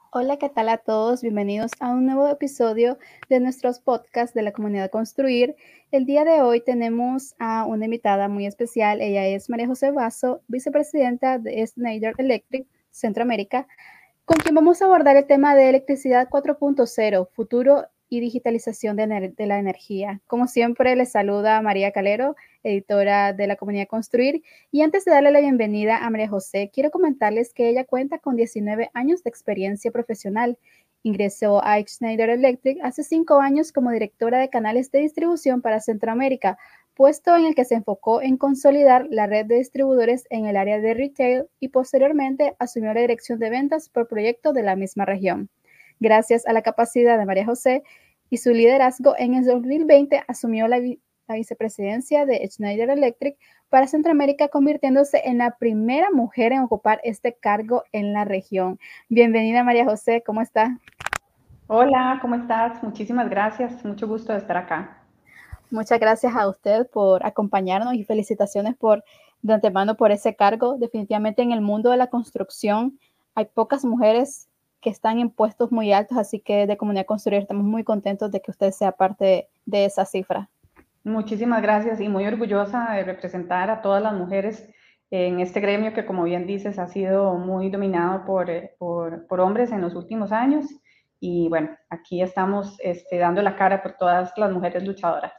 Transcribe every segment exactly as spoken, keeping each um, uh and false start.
Hola, ¿qué tal a todos? Bienvenidos a un nuevo episodio de nuestros podcasts de la comunidad Construir. El día de hoy tenemos a una invitada muy especial. Ella es María José Vaso, vicepresidenta de Schneider Electric Centroamérica, con quien vamos a abordar el tema de electricidad cuatro punto cero, futuro y digitalización de, de, la energía. Como siempre, les saluda María Calero, editora de la comunidad Construir. Y antes de darle la bienvenida a María José, quiero comentarles que ella cuenta con diecinueve años de experiencia profesional. Ingresó a Schneider Electric hace cinco años como directora de canales de distribución para Centroamérica, puesto en el que se enfocó en consolidar la red de distribuidores en el área de retail y posteriormente asumió la dirección de ventas por proyecto de la misma región. Gracias a la capacidad de María José y su liderazgo, en el dos mil veinte asumió la, la vicepresidencia de Schneider Electric para Centroamérica, convirtiéndose en la primera mujer en ocupar este cargo en la región. Bienvenida, María José, ¿cómo está? Hola, ¿cómo estás? Muchísimas gracias, mucho gusto de estar acá. Muchas gracias a usted por acompañarnos y felicitaciones por de antemano por ese cargo. Definitivamente en el mundo de la construcción hay pocas mujeres que están en puestos muy altos, así que de Comunidad Construir estamos muy contentos de que usted sea parte de esa cifra. Muchísimas gracias y muy orgullosa de representar a todas las mujeres en este gremio que, como bien dices, ha sido muy dominado por, eh, por, por hombres en los últimos años. Y bueno, aquí estamos este, dando la cara por todas las mujeres luchadoras.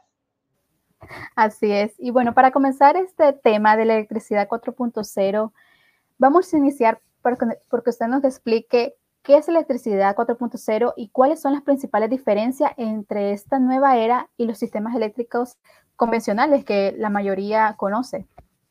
Así es. Y bueno, para comenzar este tema de la electricidad cuatro punto cero, vamos a iniciar porque, porque usted nos explique qué es electricidad cuatro punto cero y cuáles son las principales diferencias entre esta nueva era y los sistemas eléctricos convencionales que la mayoría conoce.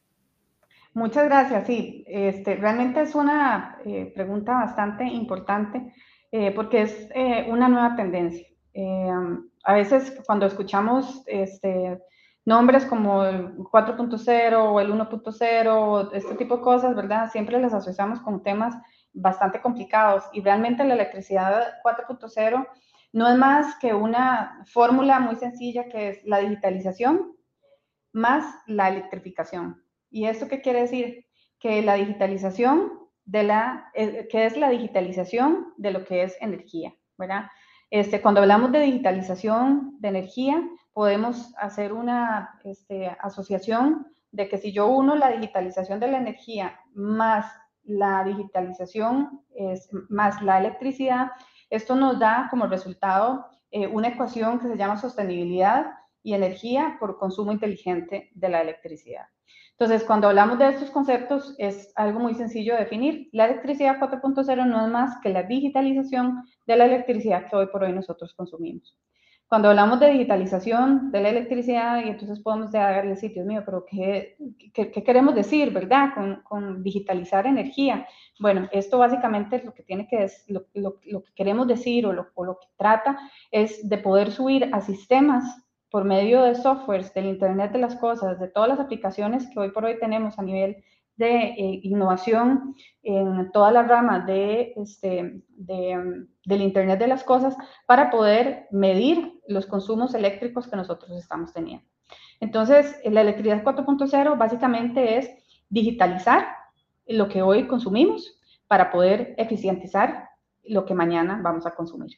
Muchas gracias. Sí, este, realmente es una eh, pregunta bastante importante eh, porque es eh, una nueva tendencia. Eh, a veces cuando escuchamos este, nombres como el cuatro punto cero o el uno punto cero, este tipo de cosas, ¿verdad? Siempre las asociamos con temas bastante complicados y realmente la electricidad cuatro punto cero no es más que una fórmula muy sencilla que es la digitalización más la electrificación. ¿Y esto qué quiere decir? Que la digitalización de la, eh, que es la digitalización de lo que es energía, ¿verdad? Este, cuando hablamos de digitalización de energía, podemos hacer una este, asociación de que si yo uno la digitalización de la energía más la digitalización es, más la electricidad, esto nos da como resultado eh, una ecuación que se llama sostenibilidad y energía por consumo inteligente de la electricidad. Entonces, cuando hablamos de estos conceptos, es algo muy sencillo de definir. La electricidad cuatro punto cero no es más que la digitalización de la electricidad que hoy por hoy nosotros consumimos. Cuando hablamos de digitalización de la electricidad, y entonces podemos decir, Dios mío, pero ¿qué, qué, qué queremos decir, verdad? Con, con, digitalizar energía. Bueno, esto básicamente lo que tiene que es, lo, lo, lo que queremos decir o lo, o lo que trata es de poder subir a sistemas por medio de softwares, del Internet de las Cosas, de todas las aplicaciones que hoy por hoy tenemos a nivel de eh, innovación en todas las ramas de, este, de, del Internet de las Cosas para poder medir los consumos eléctricos que nosotros estamos teniendo. Entonces, la electricidad cuatro punto cero básicamente es digitalizar lo que hoy consumimos para poder eficientizar lo que mañana vamos a consumir.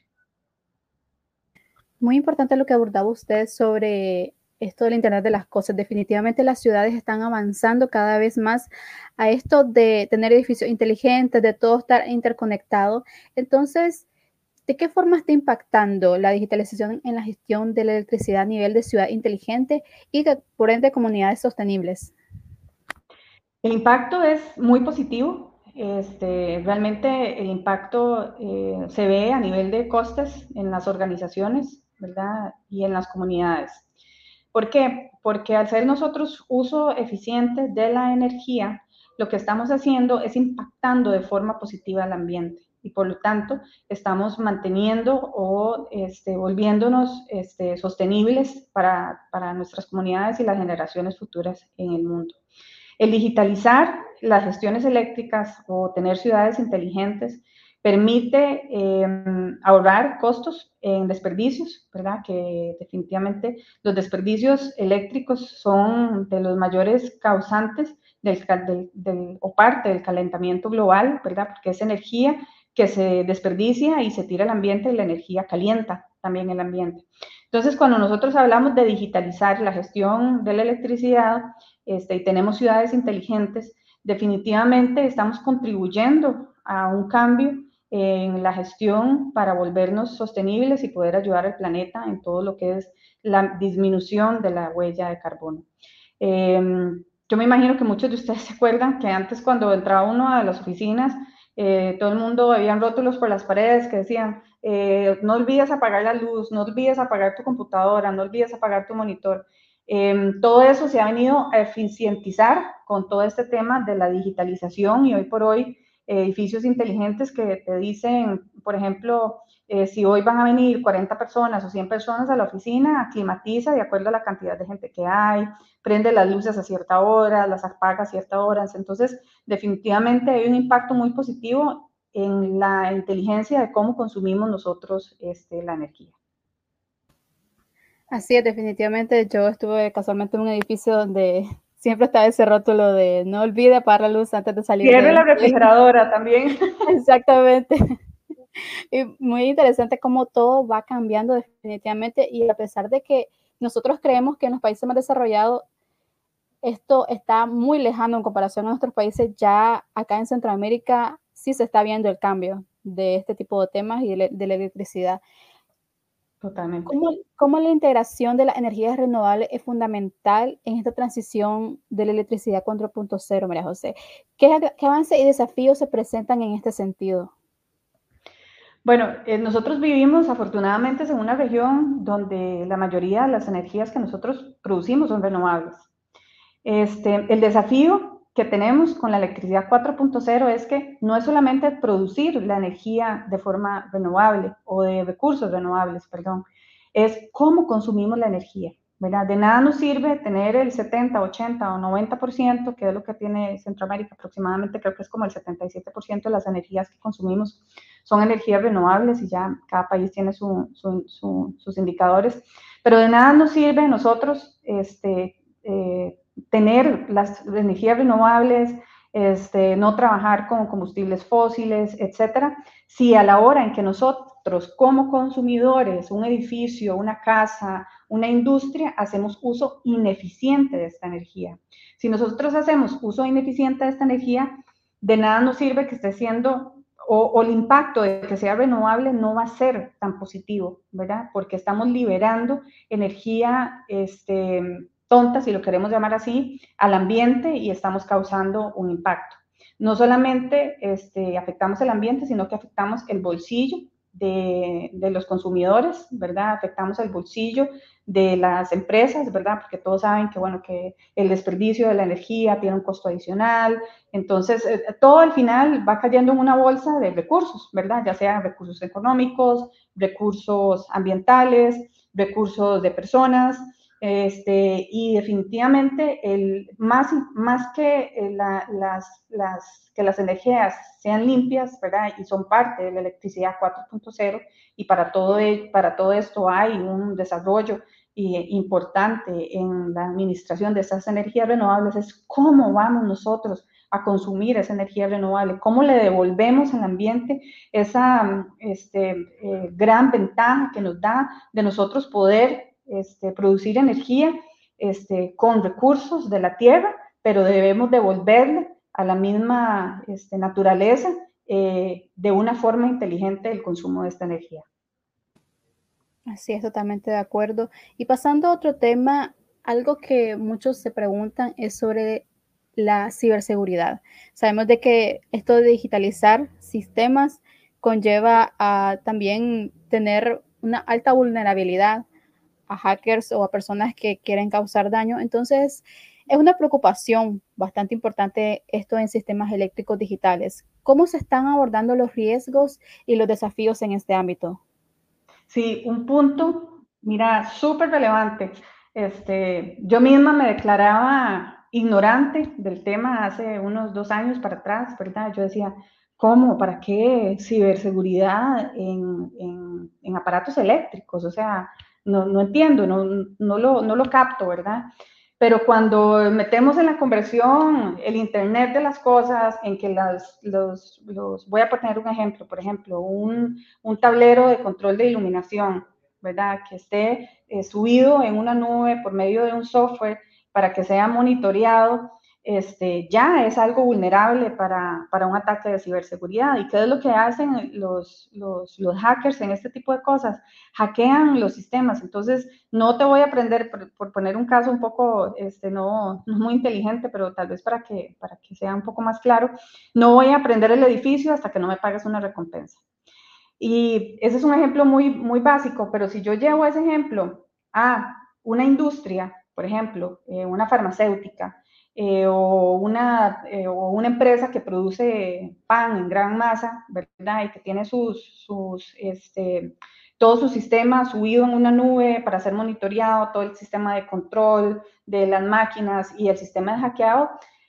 Muy importante lo que abordaba usted sobre esto del Internet de las Cosas. Definitivamente las ciudades están avanzando cada vez más a esto de tener edificios inteligentes, de todo estar interconectado. Entonces, ¿de qué forma está impactando la digitalización en la gestión de la electricidad a nivel de ciudad inteligente y de, por ende, comunidades sostenibles? El impacto es muy positivo. Este, realmente el impacto eh, se ve a nivel de costes en las organizaciones, ¿verdad? Y en las comunidades. ¿Por qué? Porque al ser nosotros uso eficiente de la energía, lo que estamos haciendo es impactando de forma positiva al ambiente y por lo tanto estamos manteniendo o este, volviéndonos este, sostenibles para, para nuestras comunidades y las generaciones futuras en el mundo. El digitalizar las gestiones eléctricas o tener ciudades inteligentes permite eh, ahorrar costos en desperdicios, ¿verdad? Que definitivamente los desperdicios eléctricos son de los mayores causantes del, del, del, o parte del calentamiento global, ¿verdad? Porque es energía que se desperdicia y se tira al ambiente y la energía calienta también el ambiente. Entonces, cuando nosotros hablamos de digitalizar la gestión de la electricidad este, y tenemos ciudades inteligentes, definitivamente estamos contribuyendo a un cambio en la gestión para volvernos sostenibles y poder ayudar al planeta en todo lo que es la disminución de la huella de carbono. Eh, yo me imagino que muchos de ustedes se acuerdan que antes cuando entraba uno a las oficinas, eh, todo el mundo, habían rótulos por las paredes que decían, eh, no olvides apagar la luz, no olvides apagar tu computadora, no olvides apagar tu monitor. Eh, todo eso se ha venido a eficientizar con todo este tema de la digitalización y hoy por hoy edificios inteligentes que te dicen, por ejemplo, eh, si hoy van a venir cuarenta personas o cien personas a la oficina, climatiza de acuerdo a la cantidad de gente que hay, prende las luces a cierta hora, las apaga a cierta hora. Entonces, definitivamente hay un impacto muy positivo en la inteligencia de cómo consumimos nosotros este, la energía. Así es, definitivamente. Yo estuve casualmente en un edificio donde siempre estaba ese rótulo de no olvide apagar la luz antes de salir. Cierre de... la refrigeradora también. Exactamente. Y muy interesante cómo todo va cambiando definitivamente, y a pesar de que nosotros creemos que en los países más desarrollados esto está muy lejano en comparación a nuestros países, ya acá en Centroamérica sí se está viendo el cambio de este tipo de temas y de, de la electricidad. Totalmente. ¿Cómo, ¿Cómo la integración de las energías renovables es fundamental en esta transición de la electricidad cuatro punto cero, María José? ¿Qué, qué avances y desafíos se presentan en este sentido? Bueno, eh, nosotros vivimos afortunadamente en una región donde la mayoría de las energías que nosotros producimos son renovables. Este, el desafío que tenemos con la electricidad cuatro punto cero es que no es solamente producir la energía de forma renovable o de recursos renovables, perdón, es cómo consumimos la energía, ¿verdad? De nada nos sirve tener el setenta, ochenta o noventa por ciento, que es lo que tiene Centroamérica aproximadamente, creo que es como el setenta y siete por ciento de las energías que consumimos son energías renovables y ya cada país tiene su, su, su, sus indicadores, pero de nada nos sirve nosotros este, eh, tener las energías renovables, este, no trabajar con combustibles fósiles, etcétera, si a la hora en que nosotros como consumidores, un edificio, una casa, una industria, hacemos uso ineficiente de esta energía. Si nosotros hacemos uso ineficiente de esta energía, de nada nos sirve que esté siendo o, o, el impacto de que sea renovable no va a ser tan positivo, ¿verdad? Porque estamos liberando energía este, tonta, si lo queremos llamar así, al ambiente y estamos causando un impacto. No solamente este, afectamos el ambiente, sino que afectamos el bolsillo de, de los consumidores, ¿verdad? Afectamos el bolsillo de las empresas, ¿verdad? Porque todos saben que, bueno, que el desperdicio de la energía tiene un costo adicional. Entonces, eh, todo al final va cayendo en una bolsa de recursos, ¿verdad? Ya sean recursos económicos, recursos ambientales, recursos de personas. Este, y definitivamente, el, más, más que, la, las, las, que las energías sean limpias, ¿verdad? Y son parte de la electricidad cuatro punto cero, y para todo, para todo esto hay un desarrollo y, importante en la administración de esas energías renovables, es cómo vamos nosotros a consumir esa energía renovable, cómo le devolvemos al ambiente esa este, eh, gran ventaja que nos da de nosotros poder este, producir energía este, con recursos de la tierra, pero debemos devolverle a la misma este, naturaleza eh, de una forma inteligente el consumo de esta energía. Así es, totalmente de acuerdo. Y pasando a otro tema, algo que muchos se preguntan es sobre la ciberseguridad. Sabemos de que esto de digitalizar sistemas conlleva a también tener una alta vulnerabilidad a hackers o a personas que quieren causar daño. Entonces, es una preocupación bastante importante esto en sistemas eléctricos digitales. ¿Cómo se están abordando los riesgos y los desafíos en este ámbito? Sí, un punto, mira, súper relevante. Este, yo misma me declaraba ignorante del tema hace unos dos años para atrás, ¿verdad? Yo decía, ¿cómo? ¿Para qué ciberseguridad en, en, en aparatos eléctricos? O sea, no, no entiendo, no, no, lo, no lo capto, ¿verdad? Pero cuando metemos en la conversión el Internet de las cosas, en que las, los, los, voy a poner un ejemplo, por ejemplo, un, un tablero de control de iluminación, ¿verdad? Que esté eh, subido en una nube por medio de un software para que sea monitoreado, este, ya es algo vulnerable para, para un ataque de ciberseguridad. ¿Y qué es lo que hacen los, los, los hackers en este tipo de cosas? Hackean los sistemas. Entonces, no te voy a aprender, por, por poner un caso un poco, este, no, no muy inteligente, pero tal vez para que, para que sea un poco más claro, no voy a aprender el edificio hasta que no me pagues una recompensa. Y ese es un ejemplo muy, muy básico, pero si yo llevo ese ejemplo a una industria, por ejemplo, eh, una farmacéutica, eh, o, una, eh, o una empresa que produce pan en gran masa, ¿verdad? Y que tiene sus, sus este, todo su sistema subido en una nube para ser monitoreado, todo el sistema de control de las máquinas y el sistema de hackeado,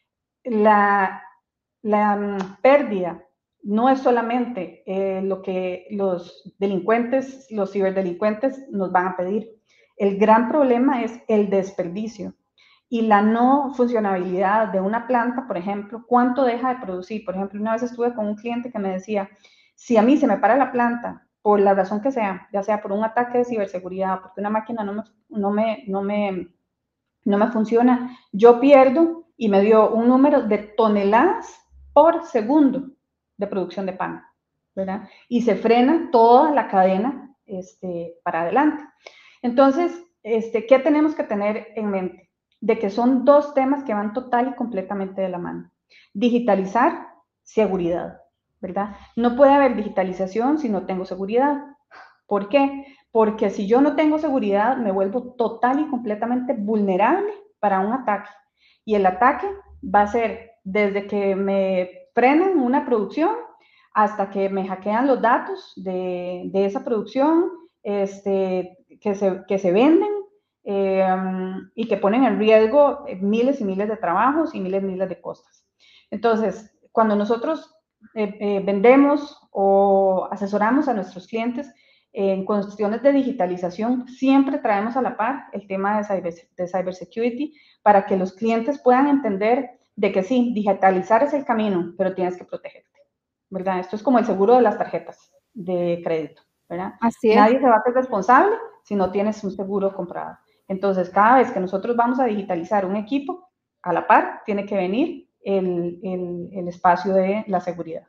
la, la um, pérdida no es solamente eh, lo que los delincuentes, los ciberdelincuentes nos van a pedir. El gran problema es el desperdicio y la no funcionabilidad de una planta, por ejemplo, cuánto deja de producir. Por ejemplo, una vez estuve con un cliente que me decía, si a mí se me para la planta, por la razón que sea, ya sea por un ataque de ciberseguridad, porque una máquina no me, no me, no me, no me funciona, yo pierdo, y me dio un número de toneladas por segundo de producción de pan, ¿verdad? Y se frena toda la cadena este, para adelante. Entonces, este, ¿qué tenemos que tener en mente? De que son dos temas que van total y completamente de la mano. Digitalizar, seguridad, ¿verdad? No puede haber digitalización si no tengo seguridad. ¿Por qué? Porque si yo no tengo seguridad, me vuelvo total y completamente vulnerable para un ataque. Y el ataque va a ser desde que me frenan una producción hasta que me hackean los datos de, de esa producción, este, que, se, que se venden eh, y que ponen en riesgo miles y miles de trabajos y miles y miles de cosas. Entonces, cuando nosotros eh, eh, vendemos o asesoramos a nuestros clientes en cuestiones de digitalización, siempre traemos a la par el tema de, cyber, de cybersecurity para que los clientes puedan entender de que sí, digitalizar es el camino, pero tienes que protegerte, ¿verdad? Esto es como el seguro de las tarjetas de crédito, ¿verdad? Así es. Nadie se va a hacer responsable si no tienes un seguro comprado. Entonces, cada vez que nosotros vamos a digitalizar un equipo, a la par tiene que venir el, el, el espacio de la seguridad.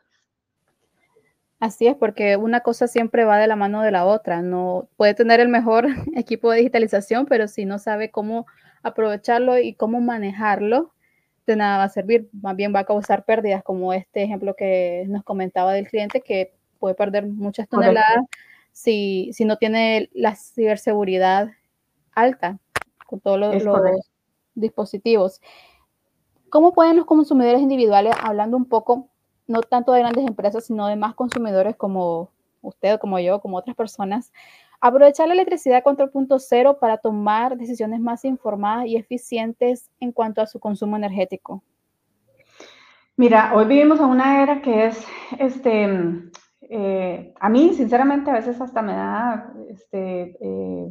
Así es, porque una cosa siempre va de la mano de la otra. No puede tener el mejor equipo de digitalización, pero si no sabe cómo aprovecharlo y cómo manejarlo, de nada va a servir. Más bien va a causar pérdidas, como este ejemplo que nos comentaba del cliente, que puede perder muchas toneladas si, si no tiene la ciberseguridad alta con todos los, los dispositivos. ¿Cómo pueden los consumidores individuales, hablando un poco, no tanto de grandes empresas, sino de más consumidores como usted, como yo, como otras personas, aprovechar la electricidad cuatro punto cero para tomar decisiones más informadas y eficientes en cuanto a su consumo energético? Mira, hoy vivimos en una era que es, este, eh, a mí, sinceramente, a veces hasta me da, este, eh,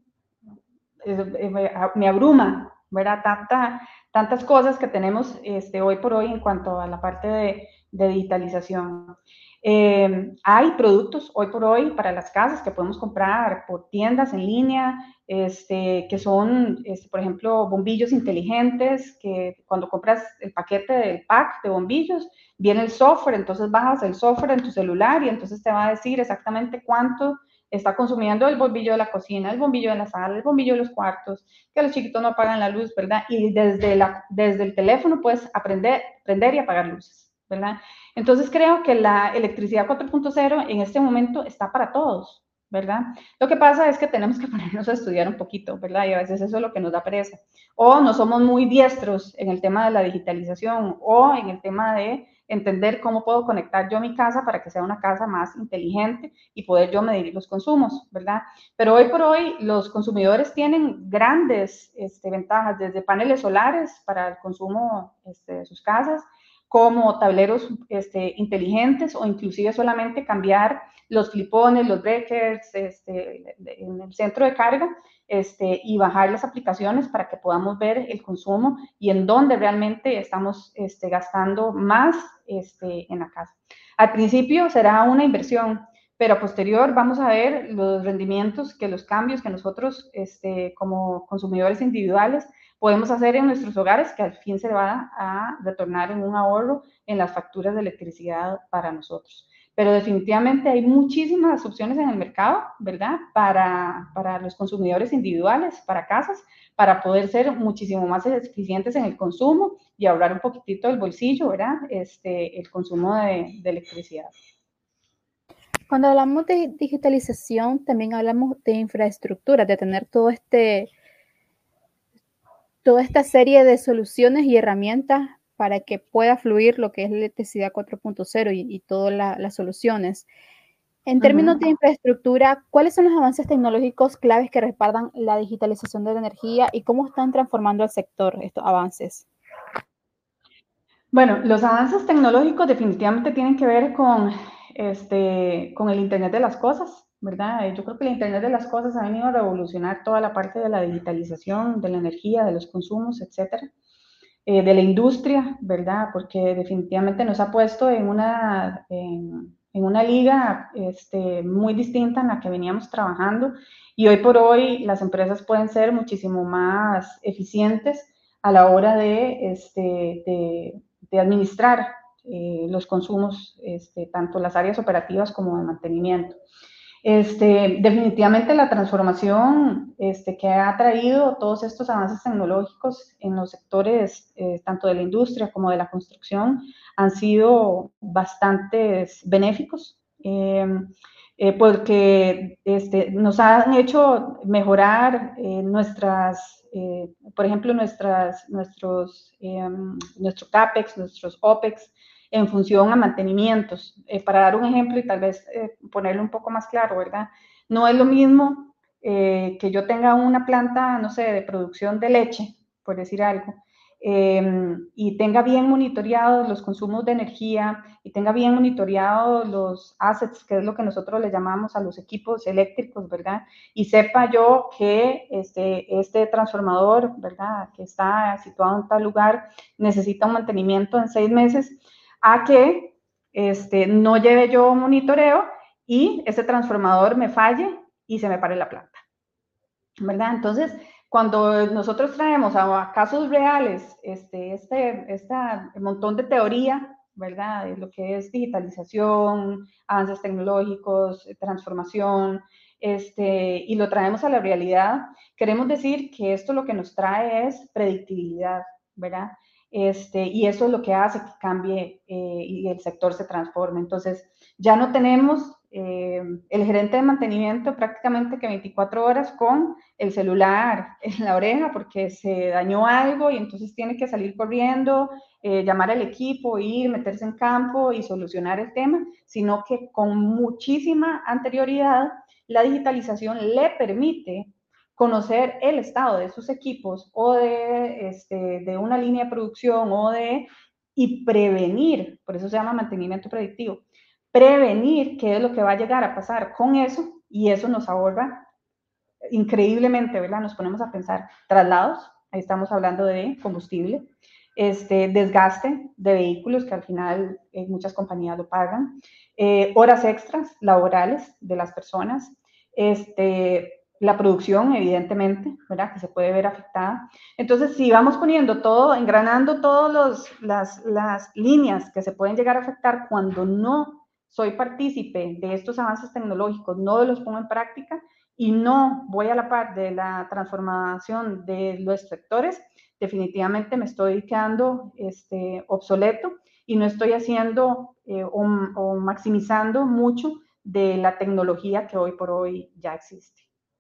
eh, me, me abruma, ¿verdad? Tanta, tantas cosas que tenemos este, hoy por hoy en cuanto a la parte de, de digitalización. Eh, hay productos hoy por hoy para las casas que podemos comprar por tiendas en línea, este, que son, este, por ejemplo, bombillos inteligentes, que cuando compras el paquete del pack de bombillos, viene el software, entonces bajas el software en tu celular y entonces te va a decir exactamente cuánto está consumiendo el bombillo de la cocina, el bombillo de la sala, el bombillo de los cuartos, que los chiquitos no apagan la luz, ¿verdad? Y desde, la, desde el teléfono puedes aprender, prender y apagar luces, ¿verdad? Entonces creo que la electricidad cuatro punto cero en este momento está para todos, ¿verdad? Lo que pasa es que tenemos que ponernos a estudiar un poquito, ¿verdad? Y a veces eso es lo que nos da pereza. O no somos muy diestros en el tema de la digitalización o en el tema de entender cómo puedo conectar yo mi casa para que sea una casa más inteligente y poder yo medir los consumos, ¿verdad? Pero hoy por hoy los consumidores tienen grandes este, ventajas, desde paneles solares para el consumo este, de sus casas, como tableros este, inteligentes o inclusive solamente cambiar los clipones, los breakers este, en el centro de carga este, y bajar las aplicaciones para que podamos ver el consumo y en dónde realmente estamos este, gastando más este, en la casa. Al principio será una inversión, pero a posterior vamos a ver los rendimientos, que los cambios que nosotros este, como consumidores individuales podemos hacer en nuestros hogares, que al fin se va a retornar en un ahorro en las facturas de electricidad para nosotros. Pero definitivamente hay muchísimas opciones en el mercado, ¿verdad? Para, para los consumidores individuales, para casas, para poder ser muchísimo más eficientes en el consumo y ahorrar un poquitito del bolsillo, ¿verdad? Este, el consumo de, de electricidad. Cuando hablamos de digitalización, también hablamos de infraestructura, de tener todo este, toda esta serie de soluciones y herramientas para que pueda fluir lo que es la electricidad cuatro punto cero y, y todas la, las soluciones. En términos uh-huh. de infraestructura, ¿cuáles son los avances tecnológicos claves que respaldan la digitalización de la energía y cómo están transformando el sector estos avances? Bueno, los avances tecnológicos definitivamente tienen que ver con, este, con el Internet de las cosas, ¿verdad? Yo creo que el Internet de las cosas ha venido a revolucionar toda la parte de la digitalización, de la energía, de los consumos, etcétera, eh, de la industria, ¿verdad? Porque definitivamente nos ha puesto en una, en, en una liga este, muy distinta en la que veníamos trabajando y hoy por hoy las empresas pueden ser muchísimo más eficientes a la hora de, este, de, de administrar eh, los consumos, este, tanto las áreas operativas como de mantenimiento. Este, definitivamente la transformación este, que ha traído todos estos avances tecnológicos en los sectores eh, tanto de la industria como de la construcción han sido bastante benéficos eh, eh, porque este, nos han hecho mejorar eh, nuestras, eh, por ejemplo, nuestras, nuestros, eh, nuestro CAPEX, nuestros OPEX, en función a mantenimientos. Eh, para dar un ejemplo y tal vez eh, ponerlo un poco más claro, ¿verdad? No es lo mismo eh, que yo tenga una planta, no sé, de producción de leche, por decir algo, eh, y tenga bien monitoreados los consumos de energía y tenga bien monitoreados los assets, que es lo que nosotros le llamamos a los equipos eléctricos, ¿verdad? Y sepa yo que este, este transformador, ¿verdad? Que está situado en tal lugar, necesita un mantenimiento en seis meses, a que este, no lleve yo monitoreo y ese transformador me falle y se me pare la planta, ¿verdad? Entonces, cuando nosotros traemos a casos reales este, este, este montón de teoría, ¿verdad? De lo que es digitalización, avances tecnológicos, transformación, este, y lo traemos a la realidad, queremos decir que esto lo que nos trae es predictibilidad, ¿verdad? Este, y eso es lo que hace que cambie eh, y el sector se transforme. Entonces, ya no tenemos eh, el gerente de mantenimiento prácticamente que veinticuatro horas con el celular en la oreja porque se dañó algo y entonces tiene que salir corriendo, eh, llamar al equipo, ir, meterse en campo y solucionar el tema, sino que con muchísima anterioridad la digitalización le permite conocer el estado de sus equipos o de, este, de una línea de producción o de, y prevenir, por eso se llama mantenimiento predictivo, prevenir qué es lo que va a llegar a pasar con eso y eso nos ahorra increíblemente, ¿verdad? Nos ponemos a pensar traslados, ahí estamos hablando de combustible, este, desgaste de vehículos que al final eh, muchas compañías lo pagan, eh, horas extras laborales de las personas, este, la producción, evidentemente, ¿verdad? Que se puede ver afectada. Entonces, si vamos poniendo todo, engranando todas las, las líneas que se pueden llegar a afectar cuando no soy partícipe de estos avances tecnológicos, no los pongo en práctica y no voy a la par de la transformación de los sectores, definitivamente me estoy quedando este, obsoleto y no estoy haciendo eh, o, o maximizando mucho de la tecnología que hoy por hoy ya existe.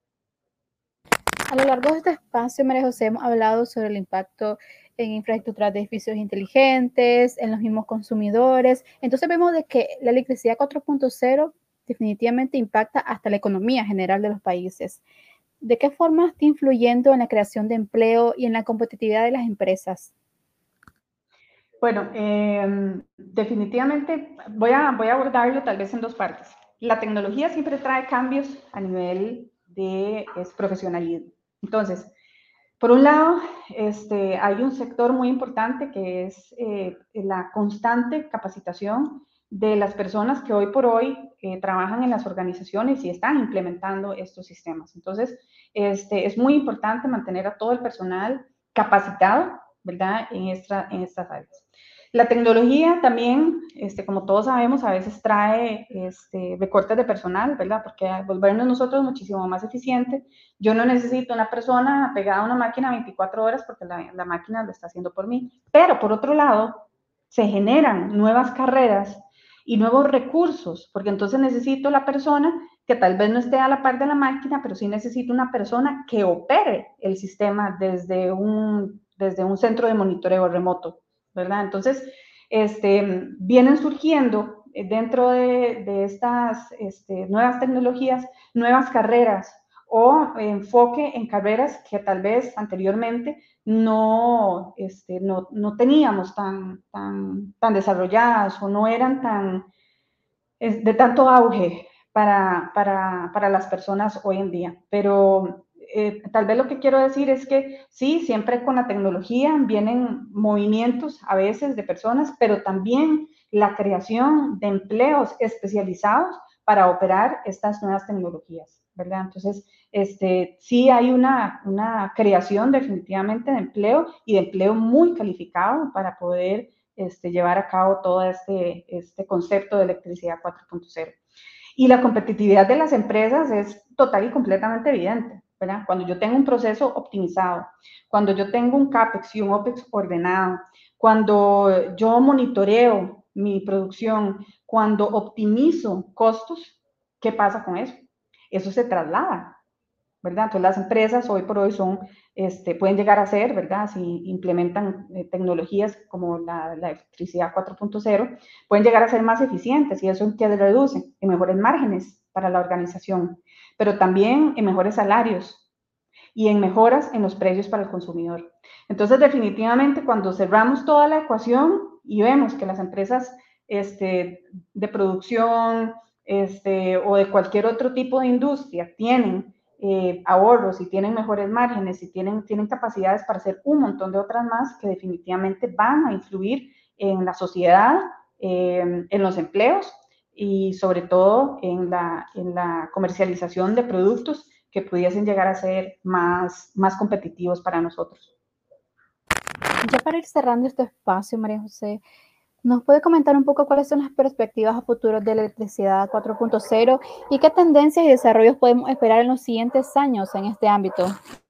A lo largo de este espacio, María José, hemos hablado sobre el impacto en infraestructuras de edificios inteligentes, en los mismos consumidores. Entonces vemos de que la electricidad cuatro punto cero definitivamente impacta hasta la economía general de los países. ¿De qué forma está influyendo en la creación de empleo y en la competitividad de las empresas? Bueno, eh, definitivamente voy a, voy a abordarlo tal vez en dos partes. La tecnología siempre trae cambios a nivel de es, profesionalismo. Entonces, por un lado, este, hay un sector muy importante que es eh, la constante capacitación de las personas que hoy por hoy eh, trabajan en las organizaciones y están implementando estos sistemas. Entonces, este, es muy importante mantener a todo el personal capacitado, ¿verdad?, en, esta, en estas áreas. La tecnología también, este, como todos sabemos, a veces trae este, recortes de personal, ¿verdad? Porque al volvernos nosotros muchísimo más eficientes, yo no necesito una persona pegada a una máquina veinticuatro horas porque la, la máquina lo está haciendo por mí. Pero por otro lado, se generan nuevas carreras y nuevos recursos, porque entonces necesito la persona que tal vez no esté a la par de la máquina, pero sí necesito una persona que opere el sistema desde un, desde un centro de monitoreo remoto, ¿verdad? Entonces, este, vienen surgiendo dentro de, de estas este, nuevas tecnologías, nuevas carreras o enfoque en carreras que tal vez anteriormente no, este, no, no teníamos tan, tan, tan desarrolladas o no eran tan de tanto auge para, para, para las personas hoy en día. Pero eh, tal vez lo que quiero decir es que sí, siempre con la tecnología vienen movimientos a veces de personas, pero también la creación de empleos especializados para operar estas nuevas tecnologías, ¿verdad? Entonces, este, sí hay una, una creación definitivamente de empleo y de empleo muy calificado para poder este, llevar a cabo todo este, este concepto de electricidad cuatro punto cero. Y la competitividad de las empresas es total y completamente evidente, ¿verdad? Cuando yo tengo un proceso optimizado, cuando yo tengo un CAPEX y un OPEX ordenado, cuando yo monitoreo mi producción, cuando optimizo costos, ¿qué pasa con eso? Eso se traslada, ¿verdad? Entonces las empresas hoy por hoy son, este, pueden llegar a ser, ¿verdad? Si implementan eh, tecnologías como la, la electricidad cuatro punto cero, pueden llegar a ser más eficientes y eso en qué reduce, en mejores márgenes para la organización, pero también en mejores salarios y en mejoras en los precios para el consumidor. Entonces definitivamente cuando cerramos toda la ecuación y vemos que las empresas este, de producción este, o de cualquier otro tipo de industria tienen eh, ahorros y tienen mejores márgenes y tienen, tienen capacidades para hacer un montón de otras más que definitivamente van a influir en la sociedad, eh, en los empleos y sobre todo en la, en la comercialización de productos que pudiesen llegar a ser más, más competitivos para nosotros. Ya para ir cerrando este espacio, María José, ¿nos puede comentar un poco cuáles son las perspectivas a futuro de la electricidad cuatro punto cero y qué tendencias y desarrollos podemos esperar en los siguientes años en este ámbito?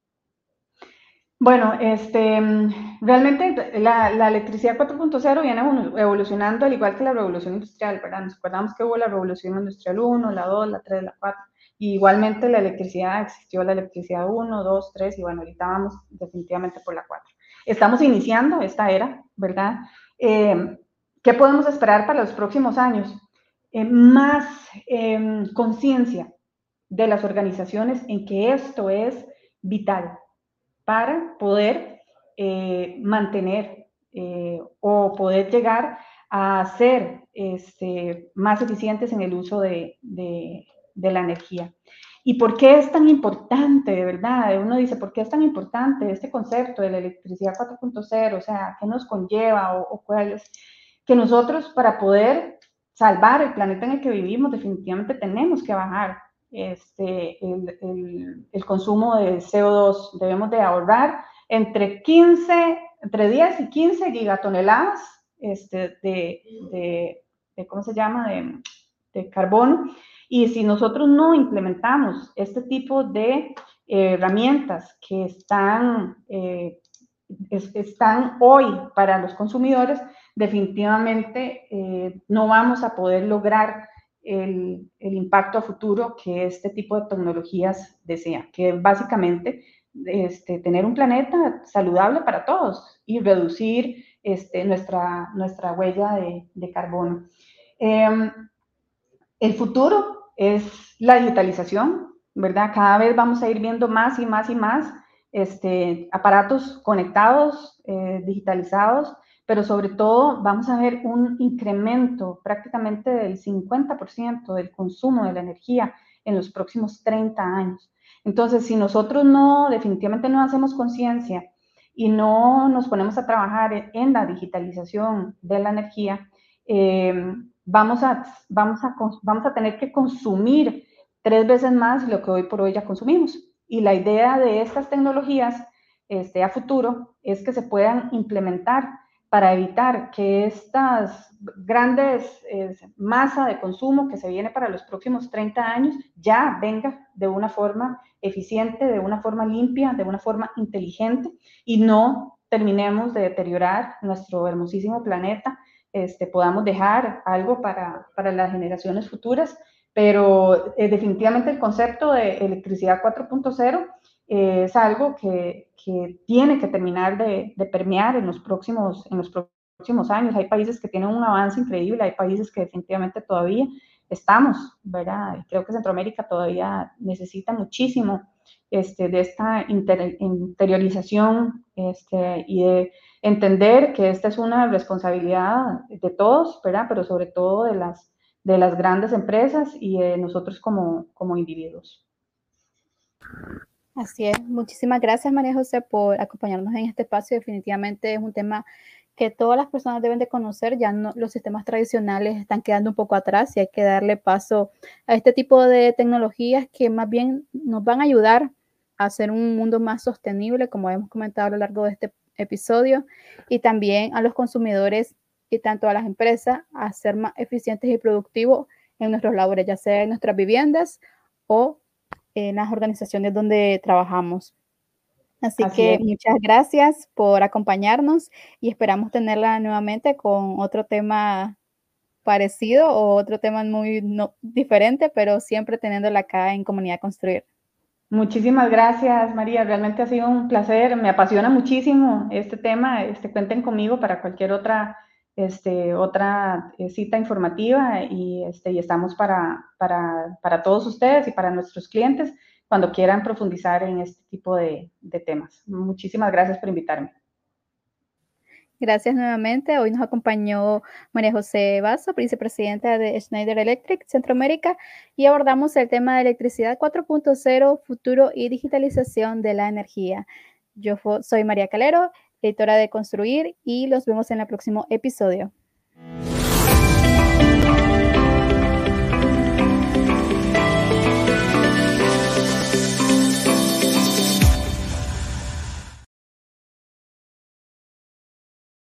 Bueno, este, realmente la, la electricidad cuatro punto cero viene evolucionando al igual que la revolución industrial, ¿verdad? Nos acordamos que hubo la revolución industrial uno, la dos, la tres, la cuatro, y igualmente la electricidad, existió la electricidad uno, dos, tres, y bueno, ahorita vamos definitivamente por la cuatro. Estamos iniciando esta era, ¿verdad? Eh, ¿Qué podemos esperar para los próximos años? Eh, más eh, conciencia de las organizaciones en que esto es vital para poder eh, mantener eh, o poder llegar a ser este, más eficientes en el uso de, de, de la energía. ¿Y por qué es tan importante, de verdad? Uno dice, ¿por qué es tan importante este concepto de la electricidad cuatro punto cero? O sea, ¿qué nos conlleva o, o cuál es? Que nosotros para poder salvar el planeta en el que vivimos definitivamente tenemos que bajar este, el, el, el, consumo de C O dos. Debemos de ahorrar entre quince, entre diez y quince gigatoneladas este, de, de, de, ¿cómo se llama?, de, de carbono. Y si nosotros no implementamos este tipo de eh, herramientas que están, eh, es, están hoy para los consumidores, definitivamente eh, no vamos a poder lograr el, el, impacto a futuro que este tipo de tecnologías desea, que es básicamente este, tener un planeta saludable para todos y reducir este, nuestra, nuestra huella de, de carbono. Eh, el futuro es la digitalización, ¿verdad? Cada vez vamos a ir viendo más y más y más este, aparatos conectados, eh, digitalizados, pero sobre todo vamos a ver un incremento prácticamente del cincuenta por ciento del consumo de la energía en los próximos treinta años. Entonces, si nosotros no, definitivamente no hacemos conciencia y no nos ponemos a trabajar en la digitalización de la energía, eh, vamos, a, vamos, a, vamos a tener que consumir tres veces más lo que hoy por hoy ya consumimos. Y la idea de estas tecnologías este, a futuro es que se puedan implementar para evitar que estas grandes eh, masa de consumo que se viene para los próximos treinta años ya venga de una forma eficiente, de una forma limpia, de una forma inteligente y no terminemos de deteriorar nuestro hermosísimo planeta, este, podamos dejar algo para, para las generaciones futuras, pero eh, definitivamente el concepto de electricidad cuatro punto cero eh, es algo que, que, tiene que terminar de, de permear en los, próximos, en los próximos años. Hay países que tienen un avance increíble, hay países que definitivamente todavía estamos, ¿verdad? Creo que Centroamérica todavía necesita muchísimo este, de esta inter, interiorización este, y de entender que esta es una responsabilidad de todos, ¿verdad? Pero sobre todo de las, de las grandes empresas y de nosotros como, como individuos. Así es. Muchísimas gracias, María José, por acompañarnos en este espacio. Definitivamente es un tema que todas las personas deben de conocer. Ya no, los sistemas tradicionales están quedando un poco atrás y hay que darle paso a este tipo de tecnologías que más bien nos van a ayudar a hacer un mundo más sostenible, como hemos comentado a lo largo de este episodio, y también a los consumidores y tanto a las empresas a ser más eficientes y productivos en nuestros labores, ya sea en nuestras viviendas o en las organizaciones donde trabajamos. Así, Así que es. Muchas gracias por acompañarnos y esperamos tenerla nuevamente con otro tema parecido o otro tema muy no, diferente, pero siempre teniéndola acá en Comunidad Construir. Muchísimas gracias, María. Realmente ha sido un placer. Me apasiona muchísimo este tema. Este, cuenten conmigo para cualquier otra, este, otra cita informativa y, este, y estamos para, para, para todos ustedes y para nuestros clientes cuando quieran profundizar en este tipo de, de temas. Muchísimas gracias por invitarme. Gracias nuevamente. Hoy nos acompañó María José Vaso, vicepresidenta de Schneider Electric Centroamérica, y abordamos el tema de electricidad cuatro punto cero, futuro y digitalización de la energía. Yo soy María Calero, editora de Construir, y los vemos en el próximo episodio.